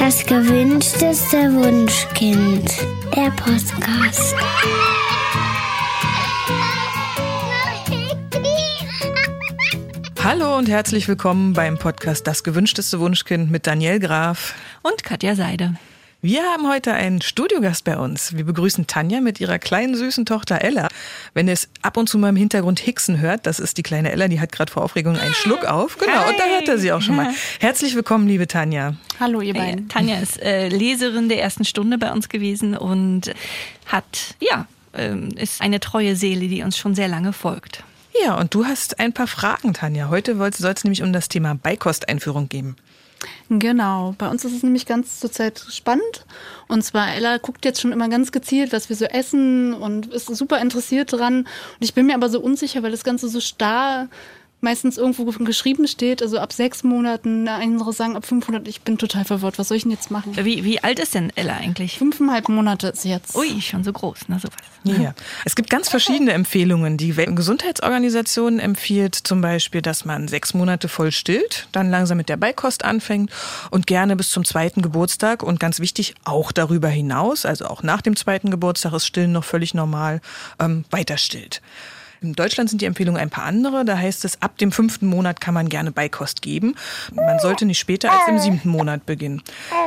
Das gewünschteste Wunschkind. Der Podcast. Hallo und herzlich willkommen beim Podcast Das gewünschteste Wunschkind mit Danielle Graf und Katja Seide. Wir haben heute einen Studiogast bei uns. Wir begrüßen Tanja mit ihrer kleinen süßen Tochter Ella. Wenn ihr es ab und zu mal im Hintergrund hicksen hört, das ist die kleine Ella, die hat gerade vor Aufregung einen Schluck auf. Genau, hi. Und da hört er sie auch schon mal. Herzlich willkommen, liebe Tanja. Hallo, ihr beiden. Tanja ist Leserin der ersten Stunde bei uns gewesen und ist eine treue Seele, die uns schon sehr lange folgt. Ja, und du hast ein paar Fragen, Tanja. Heute soll es nämlich um das Thema Beikosteinführung gehen. Genau, bei uns ist es nämlich ganz zurzeit spannend. Und zwar, Ella guckt jetzt schon immer ganz gezielt, was wir so essen und ist super interessiert dran. Und ich bin mir aber so unsicher, weil das Ganze so starr meistens irgendwo geschrieben steht, also ab 6 Monaten, andere sagen ab 500. Ich bin total verwirrt. Was soll ich denn jetzt machen? Wie alt ist denn Ella eigentlich? 5,5 Monate ist sie jetzt. Ui, schon so groß, na sowas. Ja, es gibt ganz verschiedene Empfehlungen. Die Weltgesundheitsorganisation empfiehlt zum Beispiel, dass man 6 Monate voll stillt, dann langsam mit der Beikost anfängt und gerne bis zum 2. Geburtstag und ganz wichtig, auch darüber hinaus, also auch nach dem 2. Geburtstag ist Stillen noch völlig normal, weiter stillt. In Deutschland sind die Empfehlungen ein paar andere. Da heißt es, ab dem 5. Monat kann man gerne Beikost geben. Man sollte nicht später als im 7. Monat beginnen.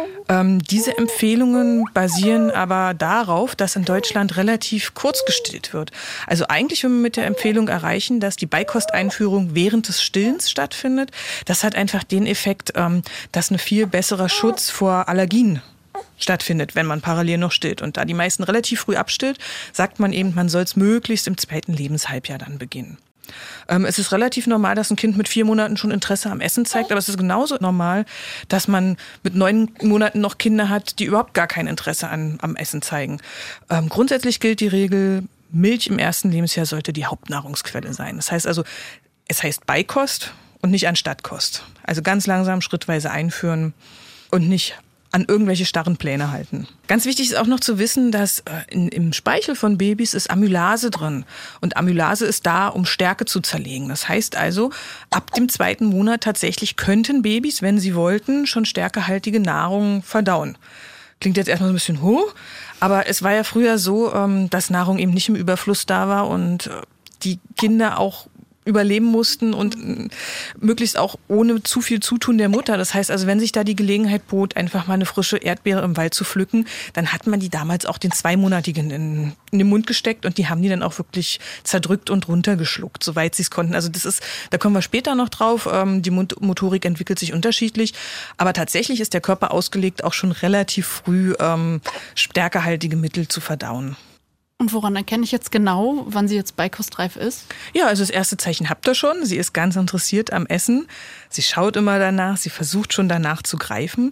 Diese Empfehlungen basieren aber darauf, dass in Deutschland relativ kurz gestillt wird. Also eigentlich will man mit der Empfehlung erreichen, dass die Beikosteinführung während des Stillens stattfindet. Das hat einfach den Effekt, dass ein viel besserer Schutz vor Allergien stattfindet, wenn man parallel noch stillt. Und da die meisten relativ früh abstillt, sagt man eben, man soll es möglichst im 2. Lebenshalbjahr dann beginnen. Es ist relativ normal, dass ein Kind mit 4 Monaten schon Interesse am Essen zeigt, aber es ist genauso normal, dass man mit 9 Monaten noch Kinder hat, die überhaupt gar kein Interesse am Essen zeigen. Grundsätzlich gilt die Regel, Milch im 1. Lebensjahr sollte die Hauptnahrungsquelle sein. Das heißt also, es heißt Beikost und nicht Anstattkost. Also ganz langsam, schrittweise einführen und nicht an irgendwelche starren Pläne halten. Ganz wichtig ist auch noch zu wissen, dass im Speichel von Babys ist Amylase drin. Und Amylase ist da, um Stärke zu zerlegen. Das heißt also, ab dem 2. Monat tatsächlich könnten Babys, wenn sie wollten, schon stärkehaltige Nahrung verdauen. Klingt jetzt erstmal so ein bisschen hoch, aber es war ja früher so, dass Nahrung eben nicht im Überfluss da war und die Kinder auch überleben mussten und möglichst auch ohne zu viel Zutun der Mutter. Das heißt also, wenn sich da die Gelegenheit bot, einfach mal eine frische Erdbeere im Wald zu pflücken, dann hat man die damals auch den 2-monatigen in den Mund gesteckt und die haben die dann auch wirklich zerdrückt und runtergeschluckt, soweit sie es konnten. Also da kommen wir später noch drauf. Die Mundmotorik entwickelt sich unterschiedlich, aber tatsächlich ist der Körper ausgelegt, auch schon relativ früh stärkehaltige Mittel zu verdauen. Und woran erkenne ich jetzt genau, wann sie jetzt beikostreif ist? Ja, also das erste Zeichen habt ihr schon. Sie ist ganz interessiert am Essen. Sie schaut immer danach, sie versucht schon danach zu greifen.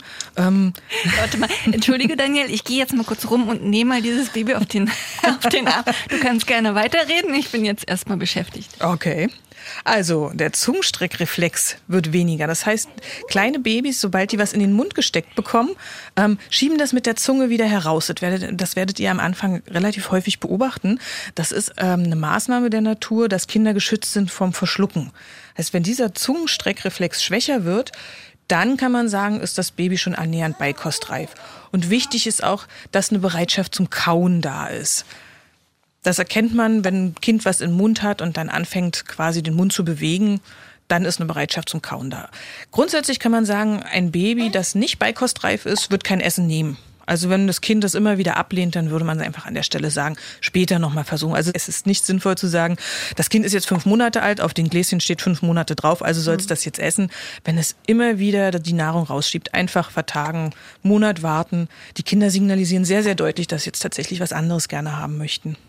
Warte mal, entschuldige Daniel, ich gehe jetzt mal kurz rum und nehme mal dieses Baby auf den Arm. Du kannst gerne weiterreden, ich bin jetzt erstmal beschäftigt. Okay. Also, der Zungenstreckreflex wird weniger. Das heißt, kleine Babys, sobald die was in den Mund gesteckt bekommen, schieben das mit der Zunge wieder heraus. Das werdet ihr am Anfang relativ häufig beobachten. Das ist eine Maßnahme der Natur, dass Kinder geschützt sind vom Verschlucken. Das heißt, wenn dieser Zungenstreckreflex schwächer wird, dann kann man sagen, ist das Baby schon annähernd beikostreif. Und wichtig ist auch, dass eine Bereitschaft zum Kauen da ist. Das erkennt man, wenn ein Kind was im Mund hat und dann anfängt, quasi den Mund zu bewegen, dann ist eine Bereitschaft zum Kauen da. Grundsätzlich kann man sagen, ein Baby, das nicht beikostreif ist, wird kein Essen nehmen. Also wenn das Kind das immer wieder ablehnt, dann würde man einfach an der Stelle sagen, später nochmal versuchen. Also es ist nicht sinnvoll zu sagen, das Kind ist jetzt 5 Monate alt, auf den Gläschen steht 5 Monate drauf, also soll es das jetzt essen. Wenn es immer wieder die Nahrung rausschiebt, einfach vertagen, Monat warten. Die Kinder signalisieren sehr, sehr deutlich, dass sie jetzt tatsächlich was anderes gerne haben möchten.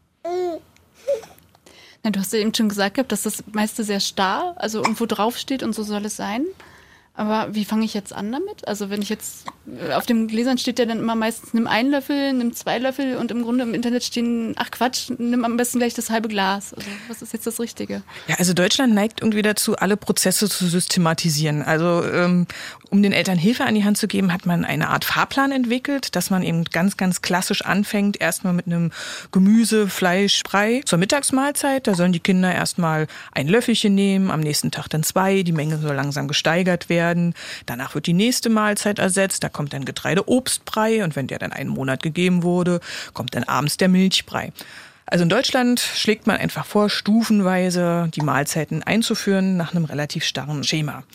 Na, du hast ja eben schon gesagt gehabt, dass das meiste sehr starr, also irgendwo draufsteht und so soll es sein. Aber wie fange ich jetzt an damit? Also wenn ich jetzt, auf den Gläsern steht ja dann immer meistens, nimm 1 Löffel, nimm 2 Löffel und im Grunde im Internet stehen, ach Quatsch, nimm am besten gleich das halbe Glas. Also was ist jetzt das Richtige? Ja, also Deutschland neigt irgendwie dazu, alle Prozesse zu systematisieren. Also um den Eltern Hilfe an die Hand zu geben, hat man eine Art Fahrplan entwickelt, dass man eben ganz, ganz klassisch anfängt, erstmal mit einem Gemüse, Fleisch, Brei zur Mittagsmahlzeit. Da sollen die Kinder erstmal ein Löffelchen nehmen, am nächsten Tag dann 2, die Menge soll langsam gesteigert werden. Danach wird die nächste Mahlzeit ersetzt. Da kommt dann Getreideobstbrei und wenn der dann einen Monat gegeben wurde, kommt dann abends der Milchbrei. Also in Deutschland schlägt man einfach vor, stufenweise die Mahlzeiten einzuführen nach einem relativ starren Schema.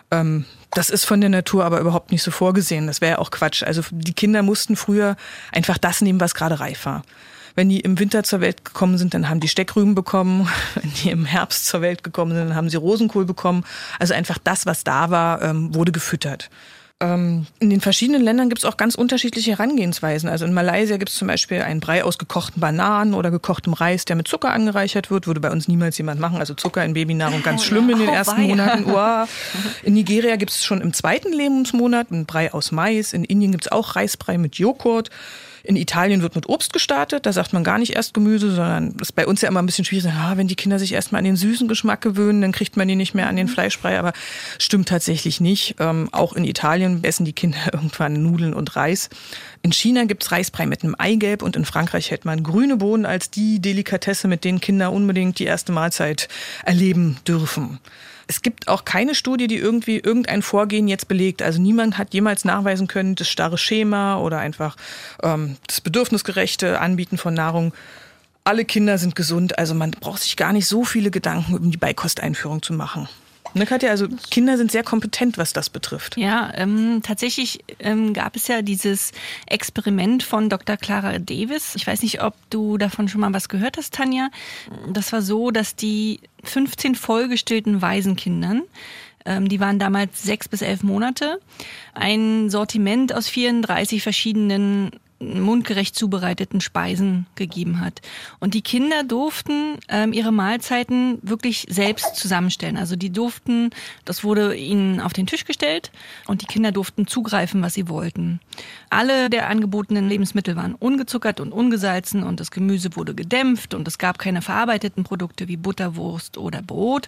Das ist von der Natur aber überhaupt nicht so vorgesehen. Das wäre ja auch Quatsch. Also die Kinder mussten früher einfach das nehmen, was gerade reif war. Wenn die im Winter zur Welt gekommen sind, dann haben die Steckrüben bekommen. Wenn die im Herbst zur Welt gekommen sind, dann haben sie Rosenkohl bekommen. Also einfach das, was da war, wurde gefüttert. In den verschiedenen Ländern gibt es auch ganz unterschiedliche Herangehensweisen. Also in Malaysia gibt es zum Beispiel einen Brei aus gekochten Bananen oder gekochtem Reis, der mit Zucker angereichert wird. Würde bei uns niemals jemand machen. Also Zucker in Babynahrung ganz schlimm in den ersten Monaten. Wow. In Nigeria gibt es schon im 2. Lebensmonat einen Brei aus Mais. In Indien gibt es auch Reisbrei mit Joghurt. In Italien wird mit Obst gestartet, da sagt man gar nicht erst Gemüse, sondern das ist bei uns ja immer ein bisschen schwierig. Wenn die Kinder sich erstmal an den süßen Geschmack gewöhnen, dann kriegt man die nicht mehr an den Fleischbrei, aber stimmt tatsächlich nicht. Auch in Italien essen die Kinder irgendwann Nudeln und Reis. In China gibt's Reisbrei mit einem Eigelb und in Frankreich hält man grüne Bohnen als die Delikatesse, mit denen Kinder unbedingt die erste Mahlzeit erleben dürfen. Es gibt auch keine Studie, die irgendwie irgendein Vorgehen jetzt belegt. Also niemand hat jemals nachweisen können, das starre Schema oder einfach das bedürfnisgerechte Anbieten von Nahrung. Alle Kinder sind gesund, also man braucht sich gar nicht so viele Gedanken um die Beikosteinführung zu machen. Ne, Katja, also Kinder sind sehr kompetent, was das betrifft. Ja, tatsächlich gab es ja dieses Experiment von Dr. Clara Davis. Ich weiß nicht, ob du davon schon mal was gehört hast, Tanja. Das war so, dass die 15 vollgestillten Waisenkindern, die waren damals 6 bis 11 Monate, ein Sortiment aus 34 verschiedenen mundgerecht zubereiteten Speisen gegeben hat. Und die Kinder durften ihre Mahlzeiten wirklich selbst zusammenstellen. Also die durften, das wurde ihnen auf den Tisch gestellt und die Kinder durften zugreifen, was sie wollten. Alle der angebotenen Lebensmittel waren ungezuckert und ungesalzen und das Gemüse wurde gedämpft und es gab keine verarbeiteten Produkte wie Butterwurst oder Brot.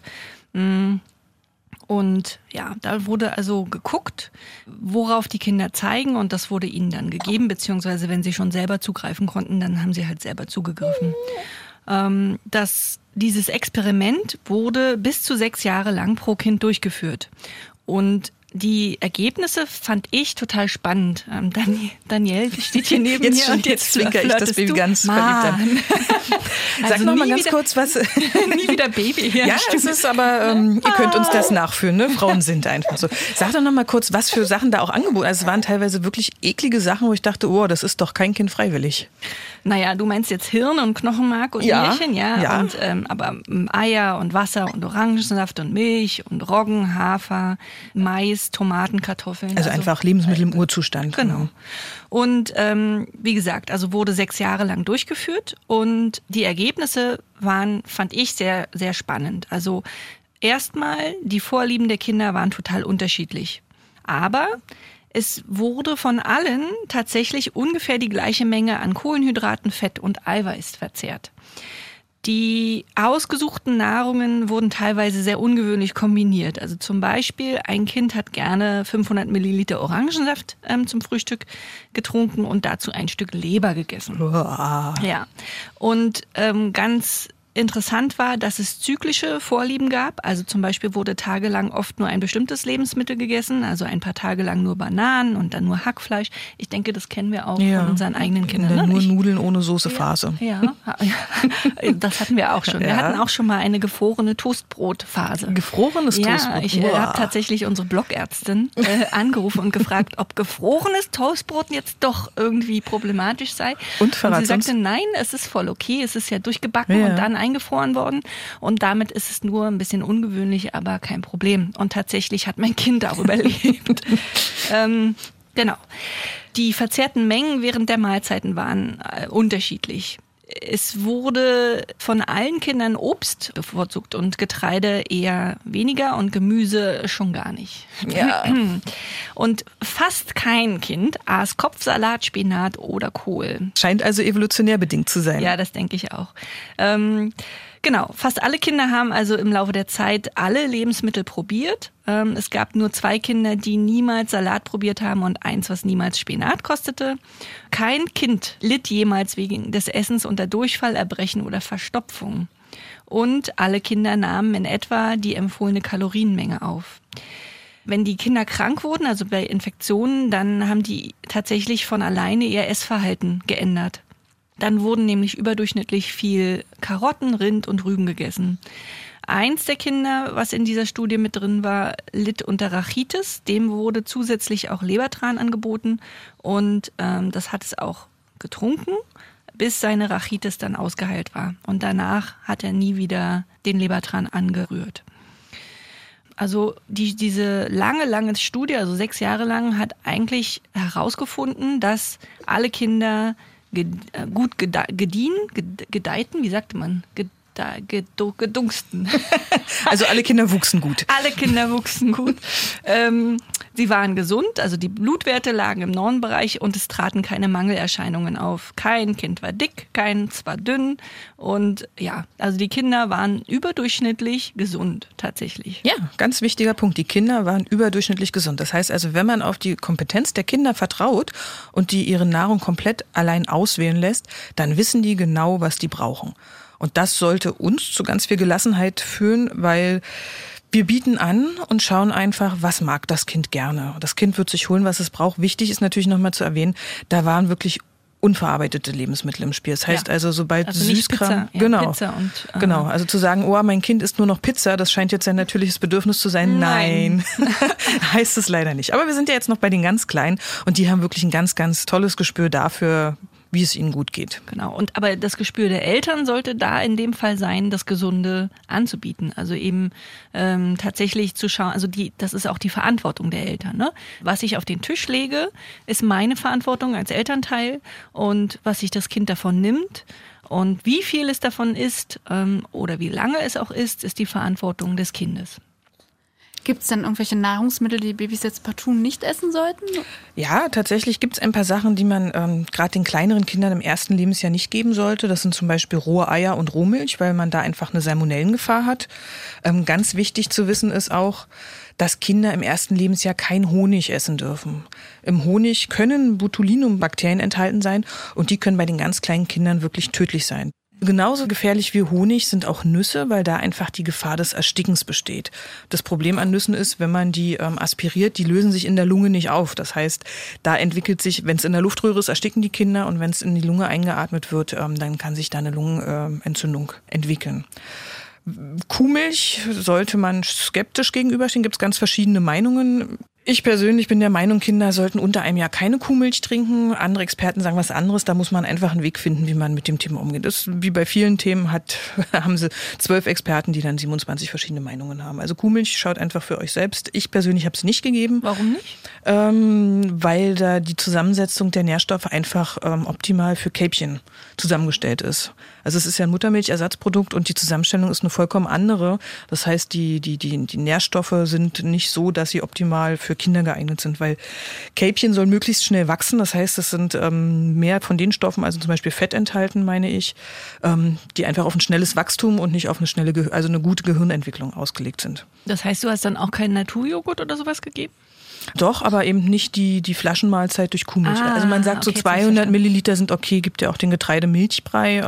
Und ja, da wurde also geguckt, worauf die Kinder zeigen und das wurde ihnen dann gegeben, beziehungsweise wenn sie schon selber zugreifen konnten, dann haben sie halt selber zugegriffen. Dieses Experiment wurde bis zu 6 Jahre lang pro Kind durchgeführt und die Ergebnisse fand ich total spannend. Danielle steht hier neben mir und jetzt zwinker ich das Baby ganz verliebt an. Sag noch mal ganz kurz was. Nie wieder Baby. Ja, es ist aber, ihr könnt uns das nachführen, ne? Frauen sind einfach so. Sag doch noch mal kurz, was für Sachen da auch angeboten. Also es waren teilweise wirklich eklige Sachen, wo ich dachte, oh, das ist doch kein Kind freiwillig. Naja, du meinst jetzt Hirn und Knochenmark und Nierchen, ja. Und, aber Eier und Wasser und Orangensaft und Milch und Roggen, Hafer, Mais, Tomaten, Kartoffeln. Also einfach Lebensmittel im Urzustand. Genau. Und wie gesagt, also wurde 6 Jahre lang durchgeführt und die Ergebnisse waren, fand ich, sehr, sehr spannend. Also erstmal, die Vorlieben der Kinder waren total unterschiedlich. Aber es wurde von allen tatsächlich ungefähr die gleiche Menge an Kohlenhydraten, Fett und Eiweiß verzehrt. Die ausgesuchten Nahrungen wurden teilweise sehr ungewöhnlich kombiniert. Also zum Beispiel, ein Kind hat gerne 500 Milliliter Orangensaft zum Frühstück getrunken und dazu ein Stück Leber gegessen. Uah. Ja, und ganz interessant war, dass es zyklische Vorlieben gab. Also zum Beispiel wurde tagelang oft nur ein bestimmtes Lebensmittel gegessen, also ein paar Tage lang nur Bananen und dann nur Hackfleisch. Ich denke, das kennen wir auch von unseren eigenen Kindern. Nur Nudeln ohne Soße-Phase. Ja, das hatten wir auch schon. Wir hatten auch schon mal eine gefrorene Toastbrot-Phase. Gefrorenes Toastbrot? Ja, ich habe tatsächlich unsere Blogärztin angerufen und gefragt, ob gefrorenes Toastbrot jetzt doch irgendwie problematisch sei. Und sie sagte, nein, es ist voll okay, es ist ja durchgebacken und dann eingefroren worden und damit ist es nur ein bisschen ungewöhnlich, aber kein Problem. Und tatsächlich hat mein Kind auch überlebt. Genau. Die verzehrten Mengen während der Mahlzeiten waren unterschiedlich. Es wurde von allen Kindern Obst bevorzugt und Getreide eher weniger und Gemüse schon gar nicht. Ja. Und fast kein Kind aß Kopfsalat, Spinat oder Kohl. Scheint also evolutionär bedingt zu sein. Ja, das denke ich auch. Genau, fast alle Kinder haben also im Laufe der Zeit alle Lebensmittel probiert. Es gab nur 2 Kinder, die niemals Salat probiert haben und 1, was niemals Spinat kostete. Kein Kind litt jemals wegen des Essens unter Durchfall, Erbrechen oder Verstopfung. Und alle Kinder nahmen in etwa die empfohlene Kalorienmenge auf. Wenn die Kinder krank wurden, also bei Infektionen, dann haben die tatsächlich von alleine ihr Essverhalten geändert. Dann wurden nämlich überdurchschnittlich viel Karotten, Rind und Rüben gegessen. Eins der Kinder, was in dieser Studie mit drin war, litt unter Rachitis. Dem wurde zusätzlich auch Lebertran angeboten und das hat es auch getrunken, bis seine Rachitis dann ausgeheilt war. Und danach hat er nie wieder den Lebertran angerührt. Also diese lange Studie, also 6 Jahre lang, hat eigentlich herausgefunden, dass alle Kinder gut gedeihten, wie sagte man? Gedungsten. Also alle Kinder wuchsen gut. Alle Kinder wuchsen gut. Sie waren gesund, also die Blutwerte lagen im Normbereich und es traten keine Mangelerscheinungen auf. Kein Kind war dick, keins war dünn und ja, also die Kinder waren überdurchschnittlich gesund tatsächlich. Ja, ganz wichtiger Punkt. Die Kinder waren überdurchschnittlich gesund. Das heißt also, wenn man auf die Kompetenz der Kinder vertraut und die ihre Nahrung komplett allein auswählen lässt, dann wissen die genau, was die brauchen. Und das sollte uns zu ganz viel Gelassenheit führen, weil wir bieten an und schauen einfach, was mag das Kind gerne. Das Kind wird sich holen, was es braucht. Wichtig ist natürlich nochmal zu erwähnen, da waren wirklich unverarbeitete Lebensmittel im Spiel. Das heißt also, sobald also Süßkram, Pizza, Pizza und, genau, also zu sagen, oh, mein Kind isst nur noch Pizza, das scheint jetzt sein natürliches Bedürfnis zu sein. Nein. Heißt es leider nicht. Aber wir sind ja jetzt noch bei den ganz Kleinen und die haben wirklich ein ganz, ganz tolles Gespür dafür, wie es ihnen gut geht. Genau. Aber das Gespür der Eltern sollte da in dem Fall sein, das Gesunde anzubieten. Also eben tatsächlich zu schauen, also das ist auch die Verantwortung der Eltern. Ne? Was ich auf den Tisch lege, ist meine Verantwortung als Elternteil und was sich das Kind davon nimmt und wie viel es davon isst oder wie lange es auch ist die Verantwortung des Kindes. Gibt es denn irgendwelche Nahrungsmittel, die Babys jetzt partout nicht essen sollten? Ja, tatsächlich gibt es ein paar Sachen, die man gerade den kleineren Kindern im ersten Lebensjahr nicht geben sollte. Das sind zum Beispiel rohe Eier und Rohmilch, weil man da einfach eine Salmonellengefahr hat. Ganz wichtig zu wissen ist auch, dass Kinder im ersten Lebensjahr kein Honig essen dürfen. Im Honig können Botulinum-Bakterien enthalten sein und die können bei den ganz kleinen Kindern wirklich tödlich sein. Genauso gefährlich wie Honig sind auch Nüsse, weil da einfach die Gefahr des Erstickens besteht. Das Problem an Nüssen ist, wenn man die aspiriert, die lösen sich in der Lunge nicht auf. Das heißt, da entwickelt sich, wenn es in der Luftröhre ist, ersticken die Kinder und wenn es in die Lunge eingeatmet wird, dann kann sich da eine Lungenentzündung entwickeln. Kuhmilch sollte man skeptisch gegenüberstehen, gibt es ganz verschiedene Meinungen. Ich persönlich bin der Meinung, Kinder sollten unter einem Jahr keine Kuhmilch trinken. Andere Experten sagen was anderes. Da muss man einfach einen Weg finden, wie man mit dem Thema umgeht. Das, wie bei vielen Themen haben sie 12 Experten, die dann 27 verschiedene Meinungen haben. Also Kuhmilch schaut einfach für euch selbst. Ich persönlich habe es nicht gegeben. Warum nicht? Weil da die Zusammensetzung der Nährstoffe einfach optimal für Kälbchen zusammengestellt ist. Also es ist ja ein Muttermilchersatzprodukt und die Zusammenstellung ist eine vollkommen andere. Das heißt, die Nährstoffe sind nicht so, dass sie optimal für Kinder geeignet sind, weil Kälbchen soll möglichst schnell wachsen. Das heißt, es sind mehr von den Stoffen, also zum Beispiel Fett enthalten, meine ich, die einfach auf ein schnelles Wachstum und nicht auf eine gute Gehirnentwicklung ausgelegt sind. Das heißt, du hast dann auch keinen Naturjoghurt oder sowas gegeben? Doch, aber eben nicht die Flaschenmahlzeit durch Kuhmilch. Also man sagt, okay, so 200 Milliliter sind okay, gibt ja auch den Getreidemilchbrei.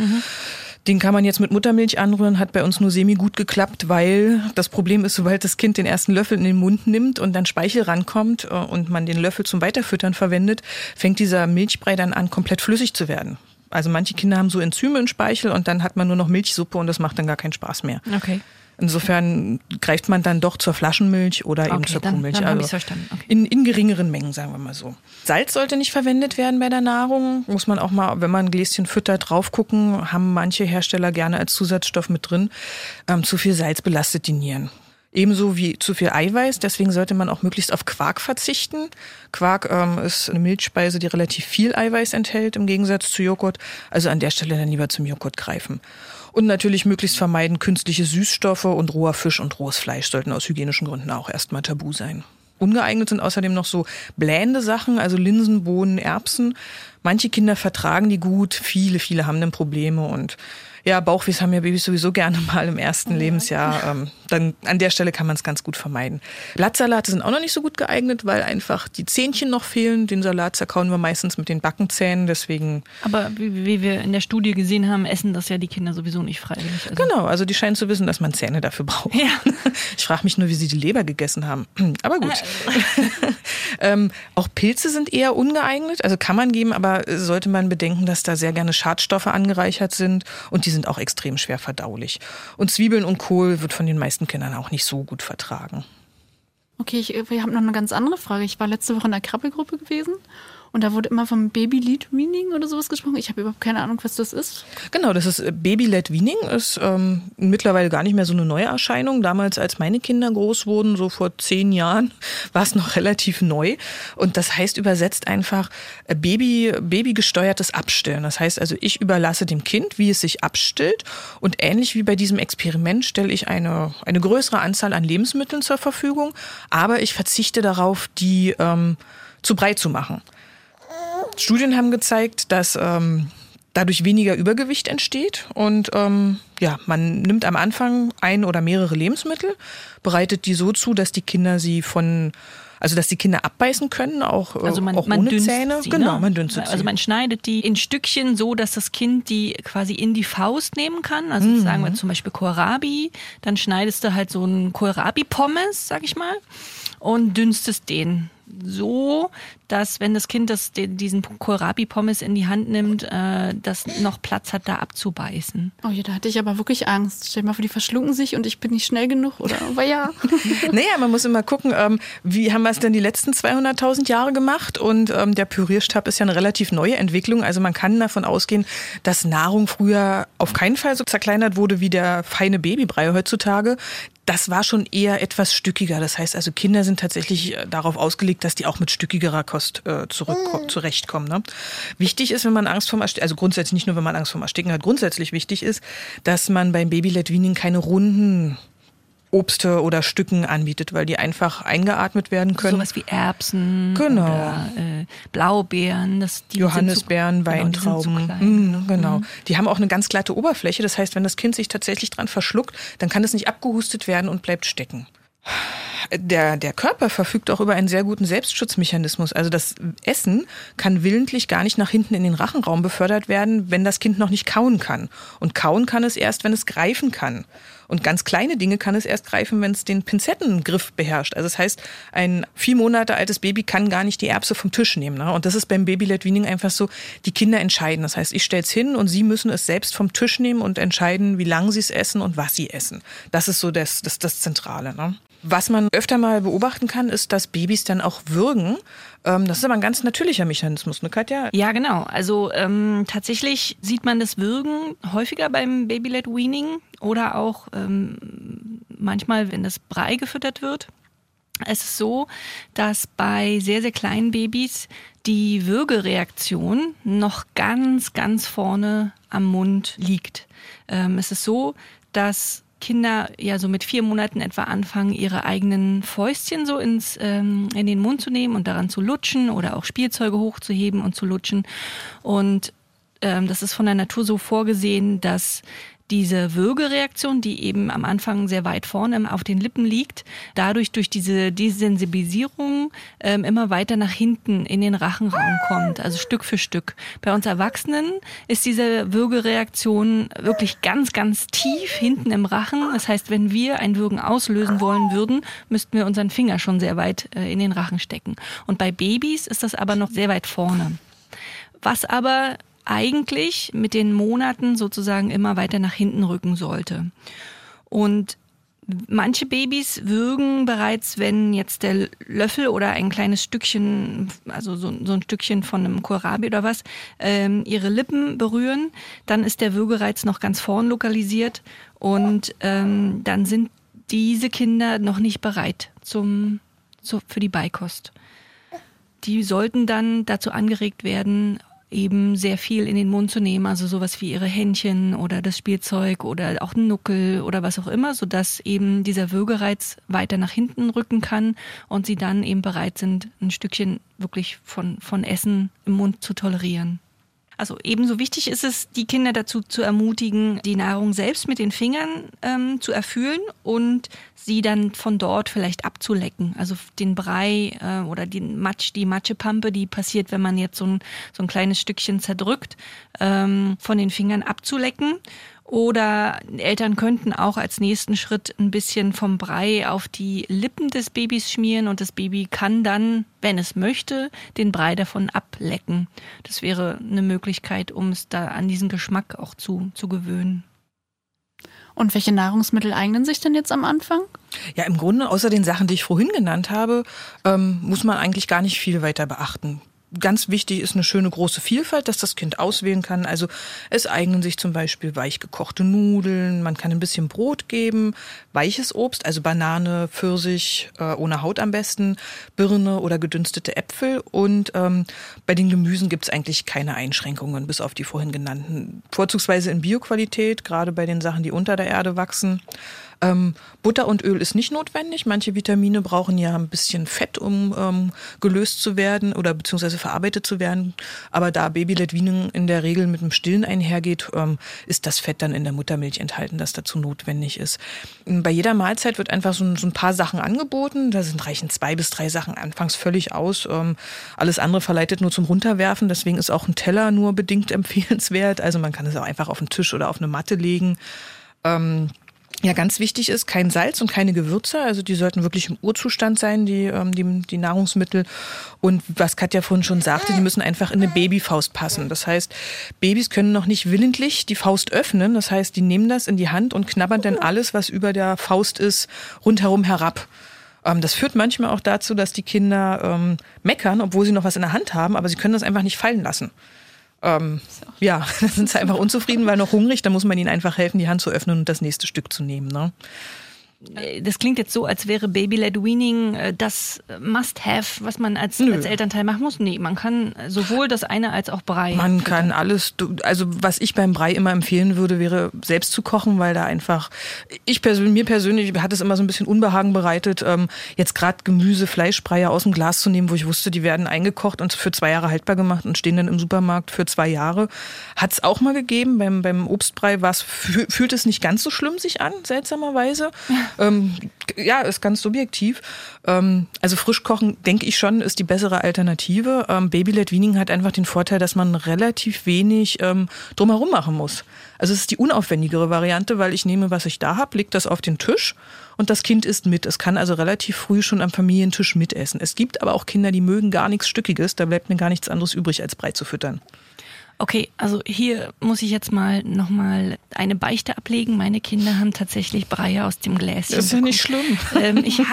Den kann man jetzt mit Muttermilch anrühren, hat bei uns nur semi-gut geklappt, weil das Problem ist, sobald das Kind den ersten Löffel in den Mund nimmt und dann Speichel rankommt und man den Löffel zum Weiterfüttern verwendet, fängt dieser Milchbrei dann an, komplett flüssig zu werden. Also manche Kinder haben so Enzyme im Speichel und dann hat man nur noch Milchsuppe und das macht dann gar keinen Spaß mehr. Okay. Insofern greift man dann doch zur Flaschenmilch oder eben zur Kuhmilch. Dann habe ich verstanden. Okay. In geringeren Mengen, sagen wir mal so. Salz sollte nicht verwendet werden bei der Nahrung. Muss man auch mal, wenn man ein Gläschen füttert, drauf gucken. Haben manche Hersteller gerne als Zusatzstoff mit drin. Zu viel Salz belastet die Nieren. Ebenso wie zu viel Eiweiß. Deswegen sollte man auch möglichst auf Quark verzichten. Quark ist eine Milchspeise, die relativ viel Eiweiß enthält im Gegensatz zu Joghurt. Also an der Stelle dann lieber zum Joghurt greifen. Und natürlich möglichst vermeiden künstliche Süßstoffe und roher Fisch und rohes Fleisch sollten aus hygienischen Gründen auch erstmal tabu sein. Ungeeignet sind außerdem noch so blähende Sachen, also Linsen, Bohnen, Erbsen. Manche Kinder vertragen die gut, viele haben dann Probleme und ja, Bauchweh haben ja Babys sowieso gerne mal im ersten Lebensjahr. dann an der Stelle kann man es ganz gut vermeiden. Blattsalate sind auch noch nicht so gut geeignet, weil einfach die Zähnchen noch fehlen. Den Salat zerkauen wir meistens mit den Backenzähnen, deswegen. Aber wie wir in der Studie gesehen haben, essen das ja die Kinder sowieso nicht freiwillig. Genau, also die scheinen zu wissen, dass man Zähne dafür braucht. Ja. Ich frage mich nur, wie sie die Leber gegessen haben. Aber gut. Auch Pilze sind eher ungeeignet, also kann man geben, aber sollte man bedenken, dass da sehr gerne Schadstoffe angereichert sind und die sind auch extrem schwer verdaulich. Und Zwiebeln und Kohl wird von den meisten Kindern auch nicht so gut vertragen. Okay, ich habe noch eine ganz andere Frage. Ich war letzte Woche in der Krabbelgruppe gewesen und da wurde immer vom Baby-Led-Weaning oder sowas gesprochen. Ich habe überhaupt keine Ahnung, was das ist. Genau, das ist Baby-Led-Weaning, ist mittlerweile gar nicht mehr so eine neue Erscheinung. Damals, als meine Kinder groß wurden, so vor 10 Jahren, war es noch relativ neu. Und das heißt übersetzt einfach babygesteuertes Abstillen. Das heißt also, ich überlasse dem Kind, wie es sich abstillt. Und ähnlich wie bei diesem Experiment stelle ich eine größere Anzahl an Lebensmitteln zur Verfügung. Aber ich verzichte darauf, die zu breit zu machen. Studien haben gezeigt, dass dadurch weniger Übergewicht entsteht und man nimmt am Anfang ein oder mehrere Lebensmittel, bereitet die so zu, dass die Kinder dass die Kinder abbeißen können, auch man ohne Zähne. Sie, genau, ne? man dünstet sie. Also man schneidet die in Stückchen so, dass das Kind die quasi in die Faust nehmen kann. Also sagen wir zum Beispiel Kohlrabi, dann schneidest du halt so einen Kohlrabi-Pommes, sag ich mal, und dünstest den so, dass wenn das Kind diesen Kohlrabi-Pommes in die Hand nimmt, das noch Platz hat, da abzubeißen. Oh ja, da hatte ich aber wirklich Angst. Stell dir mal vor, die verschlucken sich und ich bin nicht schnell genug, oder? Aber ja. Naja, man muss immer gucken, wie haben wir es denn die letzten 200.000 Jahre gemacht? Und der Pürierstab ist ja eine relativ neue Entwicklung. Also man kann davon ausgehen, dass Nahrung früher auf keinen Fall so zerkleinert wurde wie der feine Babybrei heutzutage. Das war schon eher etwas stückiger. Das heißt also, Kinder sind tatsächlich darauf ausgelegt, dass die auch mit stückigerer Kost zurechtkommen. Ne? Wichtig ist, wenn man Angst vorm Ersticken, also grundsätzlich nicht nur, wenn man Angst vorm Ersticken hat, grundsätzlich wichtig ist, dass man beim Baby-Led-Weaning keine runden Obste oder Stücken anbietet, weil die einfach eingeatmet werden können. Sowas wie Erbsen oder Blaubeeren. Johannisbeeren, Weintrauben. Genau. Die haben auch eine ganz glatte Oberfläche. Das heißt, wenn das Kind sich tatsächlich dran verschluckt, dann kann es nicht abgehustet werden und bleibt stecken. Der Körper verfügt auch über einen sehr guten Selbstschutzmechanismus. Also das Essen kann willentlich gar nicht nach hinten in den Rachenraum befördert werden, wenn das Kind noch nicht kauen kann. Und kauen kann es erst, wenn es greifen kann. Und ganz kleine Dinge kann es erst greifen, wenn es den Pinzettengriff beherrscht. Also das heißt, ein 4 Monate altes Baby kann gar nicht die Erbse vom Tisch nehmen. Ne? Und das ist beim Baby-Led-Weaning einfach so, die Kinder entscheiden. Das heißt, ich stelle es hin und sie müssen es selbst vom Tisch nehmen und entscheiden, wie lange sie es essen und was sie essen. Das ist so das Zentrale. Ne? Was man öfter mal beobachten kann, ist, dass Babys dann auch würgen. Das ist aber ein ganz natürlicher Mechanismus, ne Katja? Ja, genau. Also tatsächlich sieht man das Würgen häufiger beim Baby-Led-Weaning oder auch manchmal, wenn das Brei gefüttert wird. Es ist so, dass bei sehr, sehr kleinen Babys die Würgereaktion noch ganz, ganz vorne am Mund liegt. Es ist so, dass Kinder ja so mit 4 Monaten etwa anfangen, ihre eigenen Fäustchen so in den Mund zu nehmen und daran zu lutschen oder auch Spielzeuge hochzuheben und zu lutschen. Und das ist von der Natur so vorgesehen, dass diese Würgereaktion, die eben am Anfang sehr weit vorne auf den Lippen liegt, dadurch durch diese Desensibilisierung immer weiter nach hinten in den Rachenraum kommt, also Stück für Stück. Bei uns Erwachsenen ist diese Würgereaktion wirklich ganz, ganz tief hinten im Rachen. Das heißt, wenn wir ein Würgen auslösen wollen würden, müssten wir unseren Finger schon sehr weit in den Rachen stecken. Und bei Babys ist das aber noch sehr weit vorne. Was aber eigentlich mit den Monaten sozusagen immer weiter nach hinten rücken sollte. Und manche Babys würgen bereits, wenn jetzt der Löffel oder ein kleines Stückchen, also so ein Stückchen von einem Kohlrabi oder was, ihre Lippen berühren, dann ist der Würgereiz noch ganz vorn lokalisiert und dann sind diese Kinder noch nicht bereit für die Beikost. Die sollten dann dazu angeregt werden, eben sehr viel in den Mund zu nehmen, also sowas wie ihre Händchen oder das Spielzeug oder auch einen Nuckel oder was auch immer, sodass eben dieser Würgereiz weiter nach hinten rücken kann und sie dann eben bereit sind, ein Stückchen wirklich von Essen im Mund zu tolerieren. Also ebenso wichtig ist es, die Kinder dazu zu ermutigen, die Nahrung selbst mit den Fingern zu erfühlen und sie dann von dort vielleicht abzulecken. Also den Brei oder die Matschepampe, die passiert, wenn man jetzt so ein kleines Stückchen zerdrückt, von den Fingern abzulecken. Oder Eltern könnten auch als nächsten Schritt ein bisschen vom Brei auf die Lippen des Babys schmieren und das Baby kann dann, wenn es möchte, den Brei davon ablecken. Das wäre eine Möglichkeit, um es da an diesen Geschmack auch zu gewöhnen. Und welche Nahrungsmittel eignen sich denn jetzt am Anfang? Ja, im Grunde, außer den Sachen, die ich vorhin genannt habe, muss man eigentlich gar nicht viel weiter beachten. Ganz wichtig ist eine schöne große Vielfalt, dass das Kind auswählen kann. Also es eignen sich zum Beispiel weich gekochte Nudeln, man kann ein bisschen Brot geben, weiches Obst, also Banane, Pfirsich, ohne Haut am besten, Birne oder gedünstete Äpfel. Und bei den Gemüsen gibt es eigentlich keine Einschränkungen, bis auf die vorhin genannten. Vorzugsweise in Bioqualität, gerade bei den Sachen, die unter der Erde wachsen. Butter und Öl ist nicht notwendig. Manche Vitamine brauchen ja ein bisschen Fett, um gelöst zu werden oder beziehungsweise verarbeitet zu werden. Aber da Baby-led-Weaning in der Regel mit dem Stillen einhergeht, ist das Fett dann in der Muttermilch enthalten, das dazu notwendig ist. Bei jeder Mahlzeit wird einfach so ein paar Sachen angeboten. Da reichen 2 bis 3 Sachen anfangs völlig aus. Alles andere verleitet nur zum Runterwerfen. Deswegen ist auch ein Teller nur bedingt empfehlenswert. Also man kann es auch einfach auf den Tisch oder auf eine Matte legen. Ja, ganz wichtig ist kein Salz und keine Gewürze. Also die sollten wirklich im Urzustand sein, die Nahrungsmittel. Und was Katja vorhin schon sagte, die müssen einfach in eine Babyfaust passen. Das heißt, Babys können noch nicht willentlich die Faust öffnen. Das heißt, die nehmen das in die Hand und knabbern dann alles, was über der Faust ist, rundherum herab. Das führt manchmal auch dazu, dass die Kinder meckern, obwohl sie noch was in der Hand haben, aber sie können das einfach nicht fallen lassen. Ja, dann sind sie einfach unzufrieden, weil noch hungrig, da muss man ihnen einfach helfen, die Hand zu öffnen und das nächste Stück zu nehmen, ne? Das klingt jetzt so, als wäre Baby-led-Weaning das Must-Have, was man als Elternteil machen muss. Nee, man kann sowohl das eine als auch Brei. Man kann alles, also was ich beim Brei immer empfehlen würde, wäre selbst zu kochen, weil da einfach, mir persönlich hat es immer so ein bisschen Unbehagen bereitet, jetzt gerade Gemüse, Fleischbrei aus dem Glas zu nehmen, wo ich wusste, die werden eingekocht und für 2 Jahre haltbar gemacht und stehen dann im Supermarkt für 2 Jahre. Hat es auch mal gegeben, beim Obstbrei fühlt es nicht ganz so schlimm sich an, seltsamerweise. Ja, ist ganz subjektiv. Also frisch kochen, denke ich schon, ist die bessere Alternative. Baby-led-Weaning hat einfach den Vorteil, dass man relativ wenig drumherum machen muss. Also es ist die unaufwendigere Variante, weil ich nehme, was ich da habe, lege das auf den Tisch und das Kind isst mit. Es kann also relativ früh schon am Familientisch mitessen. Es gibt aber auch Kinder, die mögen gar nichts Stückiges. Da bleibt mir gar nichts anderes übrig, als Brei zu füttern. Okay, also hier muss ich jetzt nochmal eine Beichte ablegen. Meine Kinder haben tatsächlich Brei aus dem Gläschen. Das ist ja nicht schlimm. Ich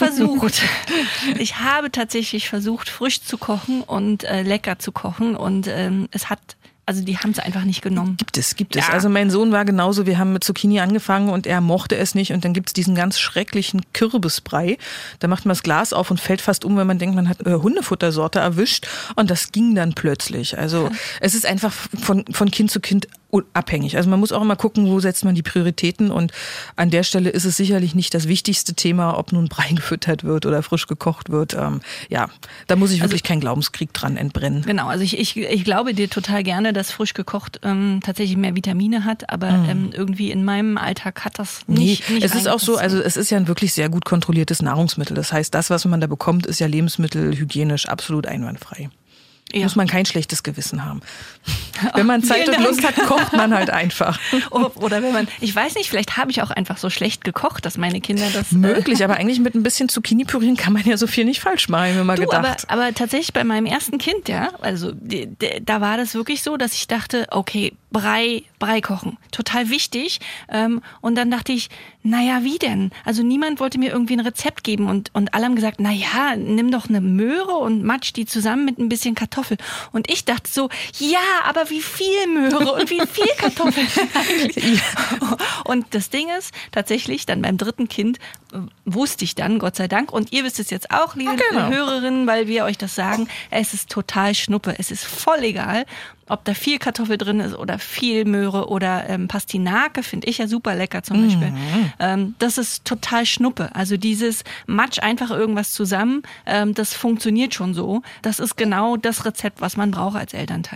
habe tatsächlich versucht, frisch zu kochen und lecker zu kochen und also die haben es einfach nicht genommen. Gibt es. Ja. Also mein Sohn war genauso, wir haben mit Zucchini angefangen und er mochte es nicht und dann gibt es diesen ganz schrecklichen Kürbisbrei. Da macht man das Glas auf und fällt fast um, wenn man denkt, man hat Hundefuttersorte erwischt und das ging dann plötzlich. Also es ist einfach von Kind zu Kind abhängig. Also man muss auch immer gucken, wo setzt man die Prioritäten und an der Stelle ist es sicherlich nicht das wichtigste Thema, ob nun Brei gefüttert wird oder frisch gekocht wird. Ja, da muss ich wirklich keinen Glaubenskrieg dran entbrennen. Genau, also ich glaube dir total gerne, dass frisch gekocht tatsächlich mehr Vitamine hat, aber irgendwie in meinem Alltag hat das nicht es ist auch so, also es ist ja ein wirklich sehr gut kontrolliertes Nahrungsmittel. Das heißt, das, was man da bekommt, ist ja lebensmittelhygienisch absolut einwandfrei. Ja. Muss man kein schlechtes Gewissen haben. Wenn man Zeit und Lust hat, kocht man halt einfach. Oder wenn man, ich weiß nicht, vielleicht habe ich auch einfach so schlecht gekocht, dass meine Kinder das... Möglich, aber eigentlich mit ein bisschen Zucchini pürieren kann man ja so viel nicht falsch machen, wenn man gedacht. Aber tatsächlich bei meinem ersten Kind, ja, also da war das wirklich so, dass ich dachte, okay, Brei kochen, total wichtig. Und dann dachte ich, naja, wie denn? Also niemand wollte mir irgendwie ein Rezept geben und alle haben gesagt, naja, nimm doch eine Möhre und matsch die zusammen mit ein bisschen Kartoffel. Und ich dachte so, ja, aber wie viel Möhre und wie viel Kartoffeln eigentlich? Und das Ding ist, tatsächlich, dann beim dritten Kind wusste ich dann, Gott sei Dank, und ihr wisst es jetzt auch, liebe Hörerinnen, weil wir euch das sagen, es ist total Schnuppe, es ist voll egal, ob da viel Kartoffel drin ist oder viel Möhre oder Pastinake, finde ich ja super lecker zum Beispiel. Das ist total Schnuppe. Also dieses Matsch einfach irgendwas zusammen, das funktioniert schon so. Das ist genau das Rezept, was man braucht als Elternteil.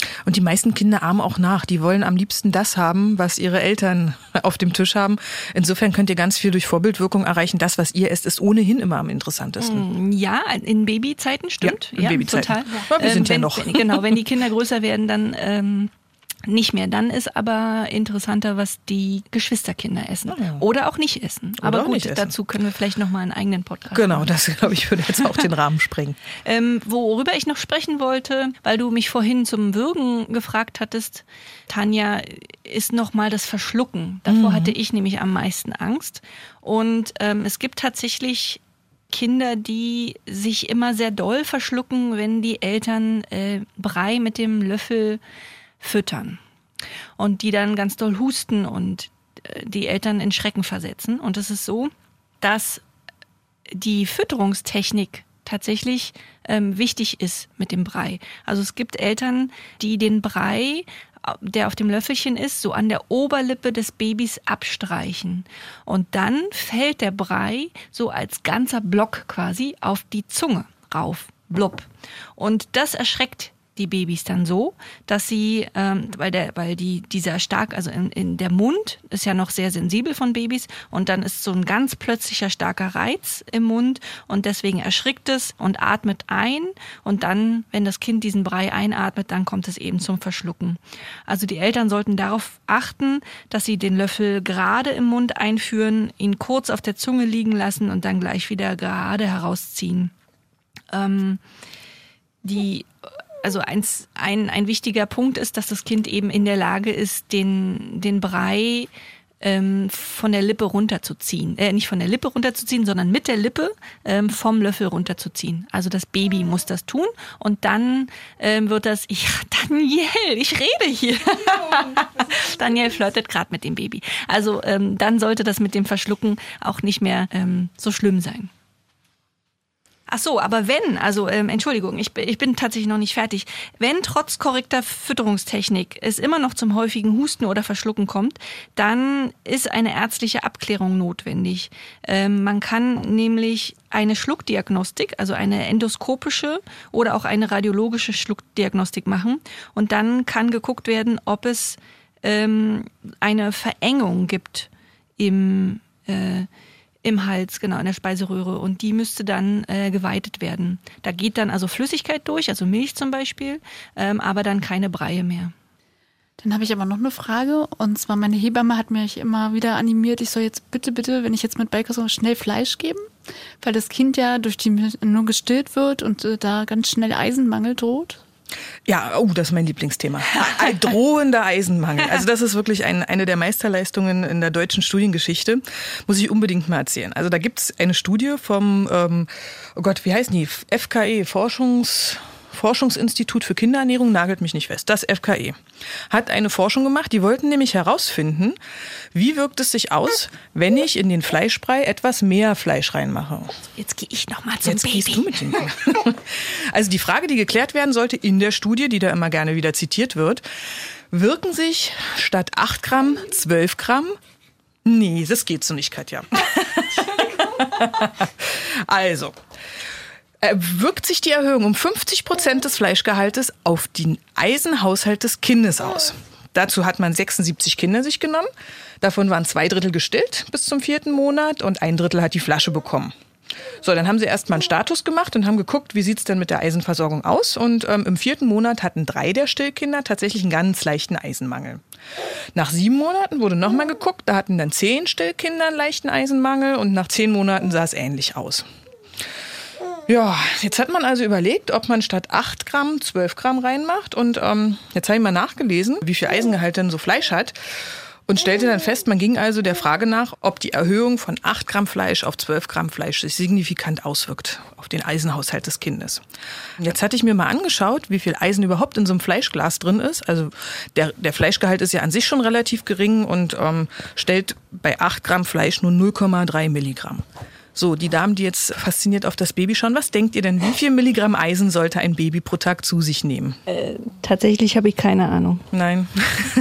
Und die meisten Kinder ahmen auch nach. Die wollen am liebsten das haben, was ihre Eltern auf dem Tisch haben. Insofern könnt ihr ganz viel durch Vorbildwirkung erreichen. Das, was ihr esst, ist ohnehin immer am interessantesten. Ja, in Babyzeiten, stimmt. Ja, in Babyzeiten. Total. Ja, wir sind ja noch. Wenn die Kinder größer werden, dann nicht mehr. Dann ist aber interessanter, was die Geschwisterkinder essen. Oder auch nicht essen. Aber gut, dazu können wir vielleicht nochmal einen eigenen Podcast machen. Genau, das, glaube ich, würde jetzt auch den Rahmen sprengen. Worüber ich noch sprechen wollte, weil du mich vorhin zum Würgen gefragt hattest, Tanja, ist nochmal das Verschlucken. Davor hatte ich nämlich am meisten Angst. Und es gibt tatsächlich Kinder, die sich immer sehr doll verschlucken, wenn die Eltern Brei mit dem Löffel füttern und die dann ganz doll husten und die Eltern in Schrecken versetzen. Und es ist so, dass die Fütterungstechnik tatsächlich wichtig ist mit dem Brei. Also es gibt Eltern, die den Brei, der auf dem Löffelchen ist, so an der Oberlippe des Babys abstreichen. Und dann fällt der Brei so als ganzer Block quasi auf die Zunge rauf. Blub. Und das erschreckt die Babys dann so, dass sie, dieser stark, also in der Mund ist ja noch sehr sensibel von Babys und dann ist so ein ganz plötzlicher starker Reiz im Mund und deswegen erschrickt es und atmet ein und dann, wenn das Kind diesen Brei einatmet, dann kommt es eben zum Verschlucken. Also die Eltern sollten darauf achten, dass sie den Löffel gerade im Mund einführen, ihn kurz auf der Zunge liegen lassen und dann gleich wieder gerade herausziehen. Also ein wichtiger Punkt ist, dass das Kind eben in der Lage ist, den Brei von der Lippe runterzuziehen. Nicht von der Lippe runterzuziehen, sondern mit der Lippe vom Löffel runterzuziehen. Also das Baby muss das tun und dann wird das... Daniel, ich rede hier. Daniel flirtet gerade mit dem Baby. Also dann sollte das mit dem Verschlucken auch nicht mehr so schlimm sein. Ach so, aber Entschuldigung, ich bin tatsächlich noch nicht fertig. Wenn trotz korrekter Fütterungstechnik es immer noch zum häufigen Husten oder Verschlucken kommt, dann ist eine ärztliche Abklärung notwendig. Man kann nämlich eine Schluckdiagnostik, also eine endoskopische oder auch eine radiologische Schluckdiagnostik machen und dann kann geguckt werden, ob es eine Verengung gibt im Hals, genau, in der Speiseröhre. Und die müsste dann geweitet werden. Da geht dann also Flüssigkeit durch, also Milch zum Beispiel, aber dann keine Breie mehr. Dann habe ich aber noch eine Frage. Und zwar meine Hebamme hat mich immer wieder animiert, ich soll jetzt bitte, wenn ich jetzt mit Beikost schnell Fleisch geben, weil das Kind ja durch die nur gestillt wird und da ganz schnell Eisenmangel droht. Ja, das ist mein Lieblingsthema. Ein drohender Eisenmangel. Also das ist wirklich eine der Meisterleistungen in der deutschen Studiengeschichte. Muss ich unbedingt mal erzählen. Also da gibt es eine Studie vom, wie heißen die? FKE, Forschungsinstitut für Kinderernährung, nagelt mich nicht fest. Das FKE hat eine Forschung gemacht. Die wollten nämlich herausfinden, wie wirkt es sich aus, wenn ich in den Fleischbrei etwas mehr Fleisch reinmache. Jetzt gehe ich nochmal zum Baby. Gehst du mit dem Also die Frage, die geklärt werden sollte in der Studie, die da immer gerne wieder zitiert wird, wirken sich statt 8 Gramm 12 Gramm? Nee, das geht so nicht, Katja. Also, wirkt sich die Erhöhung um 50% des Fleischgehaltes auf den Eisenhaushalt des Kindes aus. Dazu hat man 76 Kinder sich genommen. Davon waren 2/3 gestillt bis zum 4. Monat und 1/3 hat die Flasche bekommen. So, dann haben sie erstmal einen Status gemacht und haben geguckt, wie sieht's denn mit der Eisenversorgung aus. Und im 4. Monat hatten 3 der Stillkinder tatsächlich einen ganz leichten Eisenmangel. Nach 7 Monaten wurde nochmal geguckt, da hatten dann 10 Stillkinder einen leichten Eisenmangel und nach 10 Monaten sah es ähnlich aus. Ja, jetzt hat man also überlegt, ob man statt 8 Gramm 12 Gramm reinmacht. Und jetzt habe ich mal nachgelesen, wie viel Eisengehalt denn so Fleisch hat. Und stellte dann fest, man ging also der Frage nach, ob die Erhöhung von 8 Gramm Fleisch auf 12 Gramm Fleisch sich signifikant auswirkt auf den Eisenhaushalt des Kindes. Jetzt hatte ich mir mal angeschaut, wie viel Eisen überhaupt in so einem Fleischglas drin ist. Also der Fleischgehalt ist ja an sich schon relativ gering und stellt bei 8 Gramm Fleisch nur 0,3 Milligramm. So, die Damen, die jetzt fasziniert auf das Baby schauen, was denkt ihr denn, wie viel Milligramm Eisen sollte ein Baby pro Tag zu sich nehmen? Tatsächlich habe ich keine Ahnung. Nein.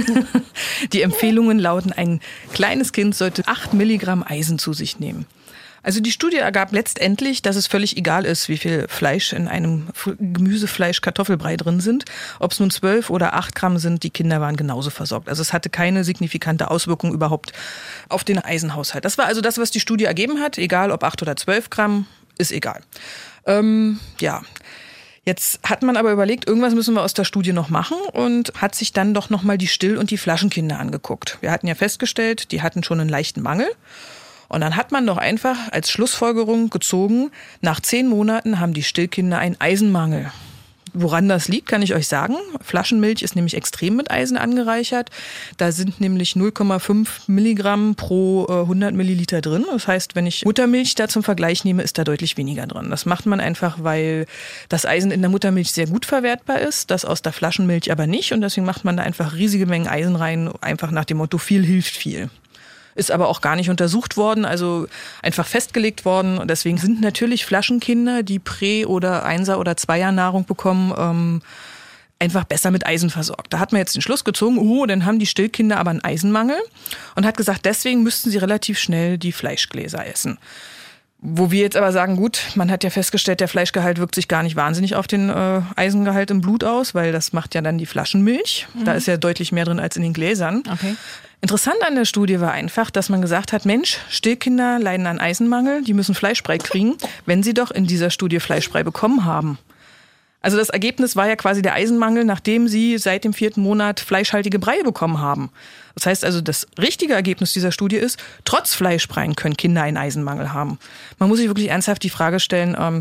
Die Empfehlungen lauten, ein kleines Kind sollte 8 Milligramm Eisen zu sich nehmen. Also die Studie ergab letztendlich, dass es völlig egal ist, wie viel Fleisch in einem Gemüse-Fleisch-Kartoffelbrei drin sind. Ob es nun 12 oder 8 Gramm sind, die Kinder waren genauso versorgt. Also es hatte keine signifikante Auswirkung überhaupt auf den Eisenhaushalt. Das war also das, was die Studie ergeben hat. Egal ob 8 oder 12 Gramm, ist egal. Jetzt hat man aber überlegt, irgendwas müssen wir aus der Studie noch machen und hat sich dann doch nochmal die Still- und die Flaschenkinder angeguckt. Wir hatten ja festgestellt, die hatten schon einen leichten Mangel. Und dann hat man doch einfach als Schlussfolgerung gezogen, nach 10 Monaten haben die Stillkinder einen Eisenmangel. Woran das liegt, kann ich euch sagen. Flaschenmilch ist nämlich extrem mit Eisen angereichert. Da sind nämlich 0,5 Milligramm pro 100 Milliliter drin. Das heißt, wenn ich Muttermilch da zum Vergleich nehme, ist da deutlich weniger drin. Das macht man einfach, weil das Eisen in der Muttermilch sehr gut verwertbar ist, das aus der Flaschenmilch aber nicht. Und deswegen macht man da einfach riesige Mengen Eisen rein, einfach nach dem Motto, viel hilft viel. Ist aber auch gar nicht untersucht worden, also einfach festgelegt worden. Und deswegen sind natürlich Flaschenkinder, die Prä- oder 1er- oder 2er Nahrung bekommen, einfach besser mit Eisen versorgt. Da hat man jetzt den Schluss gezogen, dann haben die Stillkinder aber einen Eisenmangel und hat gesagt, deswegen müssten sie relativ schnell die Fleischgläser essen. Wo wir jetzt aber sagen, gut, man hat ja festgestellt, der Fleischgehalt wirkt sich gar nicht wahnsinnig auf den Eisengehalt im Blut aus, weil das macht ja dann die Flaschenmilch. Da ist ja deutlich mehr drin als in den Gläsern. Okay. Interessant an der Studie war einfach, dass man gesagt hat, Mensch, Stillkinder leiden an Eisenmangel, die müssen Fleischbrei kriegen, wenn sie doch in dieser Studie Fleischbrei bekommen haben. Also das Ergebnis war ja quasi der Eisenmangel, nachdem sie seit dem 4. Monat fleischhaltige Breie bekommen haben. Das heißt also, das richtige Ergebnis dieser Studie ist, trotz Fleischbreien können Kinder einen Eisenmangel haben. Man muss sich wirklich ernsthaft die Frage stellen,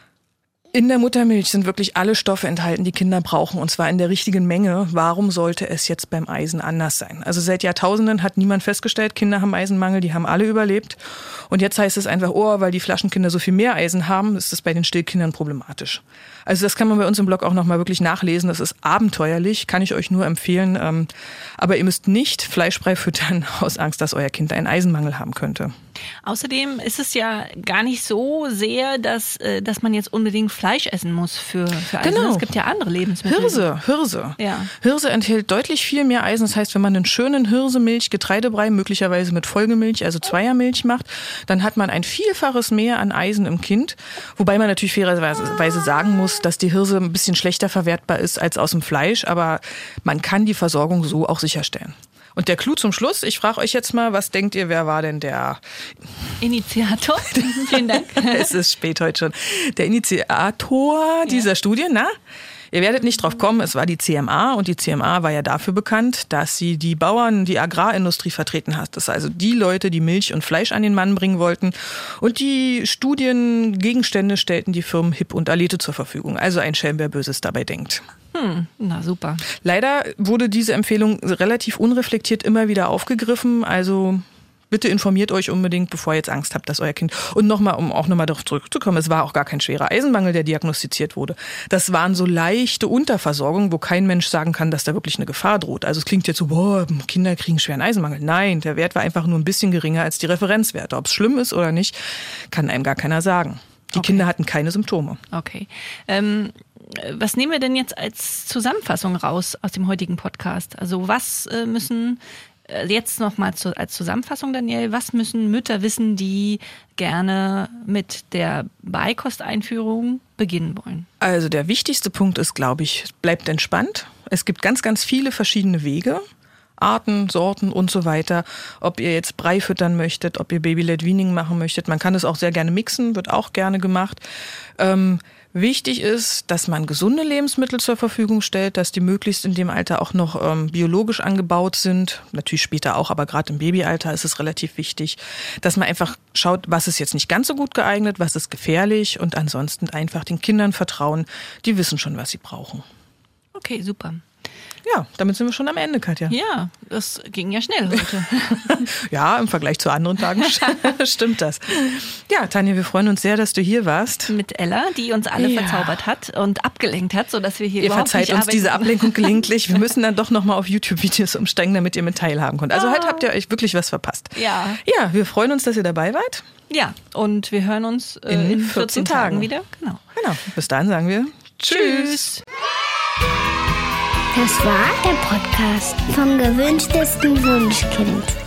in der Muttermilch sind wirklich alle Stoffe enthalten, die Kinder brauchen, und zwar in der richtigen Menge. Warum sollte es jetzt beim Eisen anders sein? Also seit Jahrtausenden hat niemand festgestellt, Kinder haben Eisenmangel, die haben alle überlebt. Und jetzt heißt es einfach, weil die Flaschenkinder so viel mehr Eisen haben, ist das bei den Stillkindern problematisch. Also das kann man bei uns im Blog auch nochmal wirklich nachlesen. Das ist abenteuerlich, kann ich euch nur empfehlen. Aber ihr müsst nicht Fleischbrei füttern aus Angst, dass euer Kind einen Eisenmangel haben könnte. Außerdem ist es ja gar nicht so sehr, dass man jetzt unbedingt Fleisch essen muss für Eisen. Genau. Es gibt ja andere Lebensmittel. Hirse. Ja. Hirse enthält deutlich viel mehr Eisen. Das heißt, wenn man einen schönen Hirsemilch-Getreidebrei möglicherweise mit Folgemilch, also Zweiermilch macht, dann hat man ein Vielfaches mehr an Eisen im Kind. Wobei man natürlich fairerweise sagen muss, dass die Hirse ein bisschen schlechter verwertbar ist als aus dem Fleisch. Aber man kann die Versorgung so auch sicherstellen. Und der Clou zum Schluss, ich frage euch jetzt mal, was denkt ihr, wer war denn der Initiator? Vielen Dank. Es ist spät heute schon. Der Initiator dieser Studie, Ihr werdet nicht drauf kommen, es war die CMA und die CMA war ja dafür bekannt, dass sie die Bauern, die Agrarindustrie vertreten hat. Das ist also die Leute, die Milch und Fleisch an den Mann bringen wollten. Und die Studiengegenstände stellten die Firmen Hipp und Alete zur Verfügung. Also ein Schelm, wer Böses dabei denkt. Na super. Leider wurde diese Empfehlung relativ unreflektiert immer wieder aufgegriffen. Also bitte informiert euch unbedingt, bevor ihr jetzt Angst habt, dass euer Kind... Und nochmal, um auch nochmal darauf zurückzukommen, es war auch gar kein schwerer Eisenmangel, der diagnostiziert wurde. Das waren so leichte Unterversorgungen, wo kein Mensch sagen kann, dass da wirklich eine Gefahr droht. Also es klingt jetzt so, Kinder kriegen schweren Eisenmangel. Nein, der Wert war einfach nur ein bisschen geringer als die Referenzwerte. Ob es schlimm ist oder nicht, kann einem gar keiner sagen. Die Kinder hatten keine Symptome. Okay. Was nehmen wir denn jetzt als Zusammenfassung raus aus dem heutigen Podcast? Also was müssen... Jetzt nochmal als Zusammenfassung, Danielle, was müssen Mütter wissen, die gerne mit der Beikosteinführung beginnen wollen? Also der wichtigste Punkt ist, glaube ich, bleibt entspannt. Es gibt ganz, ganz viele verschiedene Wege, Arten, Sorten und so weiter. Ob ihr jetzt Brei füttern möchtet, ob ihr Baby-led Weaning machen möchtet. Man kann es auch sehr gerne mixen, wird auch gerne gemacht. Wichtig ist, dass man gesunde Lebensmittel zur Verfügung stellt, dass die möglichst in dem Alter auch noch biologisch angebaut sind. Natürlich später auch, aber gerade im Babyalter ist es relativ wichtig, dass man einfach schaut, was ist jetzt nicht ganz so gut geeignet, was ist gefährlich und ansonsten einfach den Kindern vertrauen. Die wissen schon, was sie brauchen. Okay, super. Ja, damit sind wir schon am Ende, Katja. Ja, das ging ja schnell heute. Ja, im Vergleich zu anderen Tagen stimmt das. Ja, Tanja, wir freuen uns sehr, dass du hier warst. Mit Ella, die uns alle verzaubert hat und abgelenkt hat, sodadass wir hier überhaupt nicht verzeiht uns diese Ablenkung gelegentlich. Wir müssen dann doch nochmal auf YouTube-Videos umsteigen, damit ihr mit teilhaben könnt. Also heute habt ihr euch wirklich was verpasst. Ja. Ja, wir freuen uns, dass ihr dabei wart. Ja, und wir hören uns in 14 Tagen wieder. Genau. Bis dahin sagen wir Tschüss. Das war der Podcast vom gewünschtesten Wunschkind.